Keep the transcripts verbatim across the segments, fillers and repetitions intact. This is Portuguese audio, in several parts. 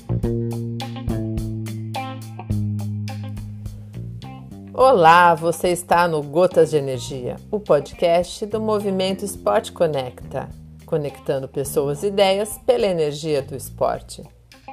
Olá, você está no Gotas de Energia, o podcast do Movimento Esporte Conecta, conectando pessoas e ideias pela energia do esporte.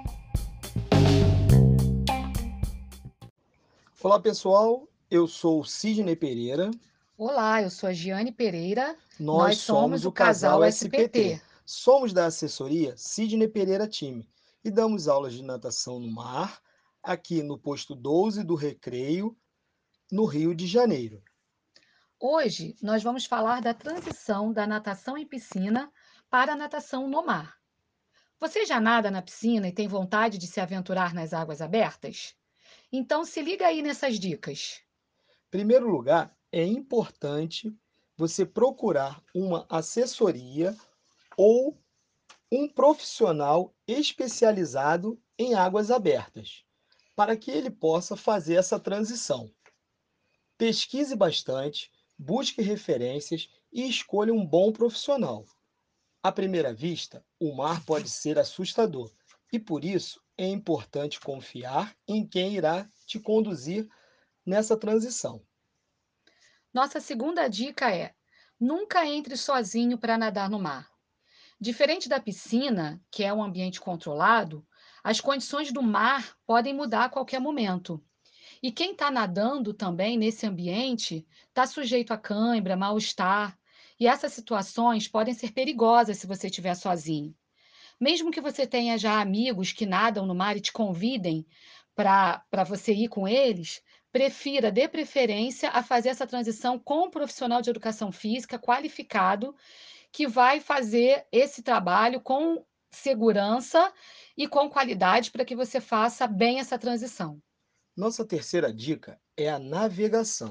Olá pessoal, eu sou o Sidney Pereira. Olá, eu sou a Giane Pereira. Nós, Nós somos, somos o casal S P T. Somos da assessoria Sidney Pereira Time e damos aulas de natação no mar, aqui no posto doze do Recreio, no Rio de Janeiro. Hoje nós vamos falar da transição da natação em piscina para a natação no mar. Você já nada na piscina e tem vontade de se aventurar nas águas abertas? Então se liga aí nessas dicas. Em primeiro lugar, é importante você procurar uma assessoria ou um profissional especializado em águas abertas, para que ele possa fazer essa transição. Pesquise bastante, busque referências e escolha um bom profissional. À primeira vista, o mar pode ser assustador e, por isso, é importante confiar em quem irá te conduzir nessa transição. Nossa segunda dica é: nunca entre sozinho para nadar no mar. Diferente da piscina, que é um ambiente controlado, as condições do mar podem mudar a qualquer momento. E quem está nadando também nesse ambiente está sujeito a cãibra, mal-estar. E essas situações podem ser perigosas se você estiver sozinho. Mesmo que você tenha já amigos que nadam no mar e te convidem para para você ir com eles, prefira, dê preferência a fazer essa transição com um profissional de educação física qualificado, que vai fazer esse trabalho com segurança e com qualidade para que você faça bem essa transição. Nossa terceira dica é a navegação.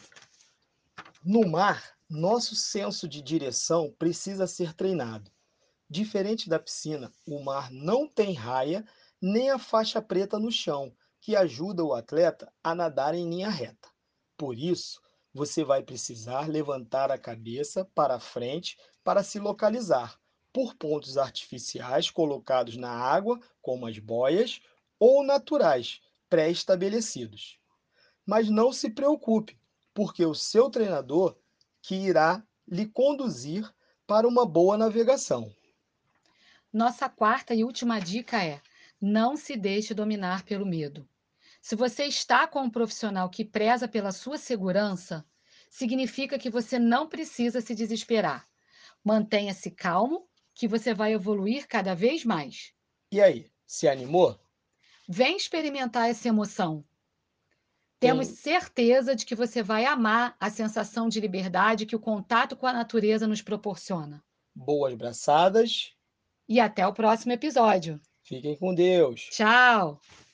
No mar, nosso senso de direção precisa ser treinado. Diferente da piscina, o mar não tem raia nem a faixa preta no chão, que ajuda o atleta a nadar em linha reta. Por isso, você vai precisar levantar a cabeça para frente para se localizar, por pontos artificiais colocados na água, como as boias, ou naturais, pré-estabelecidos. Mas não se preocupe, porque o seu treinador que irá lhe conduzir para uma boa navegação. Nossa quarta e última dica é: não se deixe dominar pelo medo. Se você está com um profissional que preza pela sua segurança, significa que você não precisa se desesperar. Mantenha-se calmo, que você vai evoluir cada vez mais. E aí, se animou? Vem experimentar essa emoção. Temos Tem certeza de que você vai amar a sensação de liberdade que o contato com a natureza nos proporciona. boas braçadas. E até o próximo episódio. Fiquem com Deus. Tchau!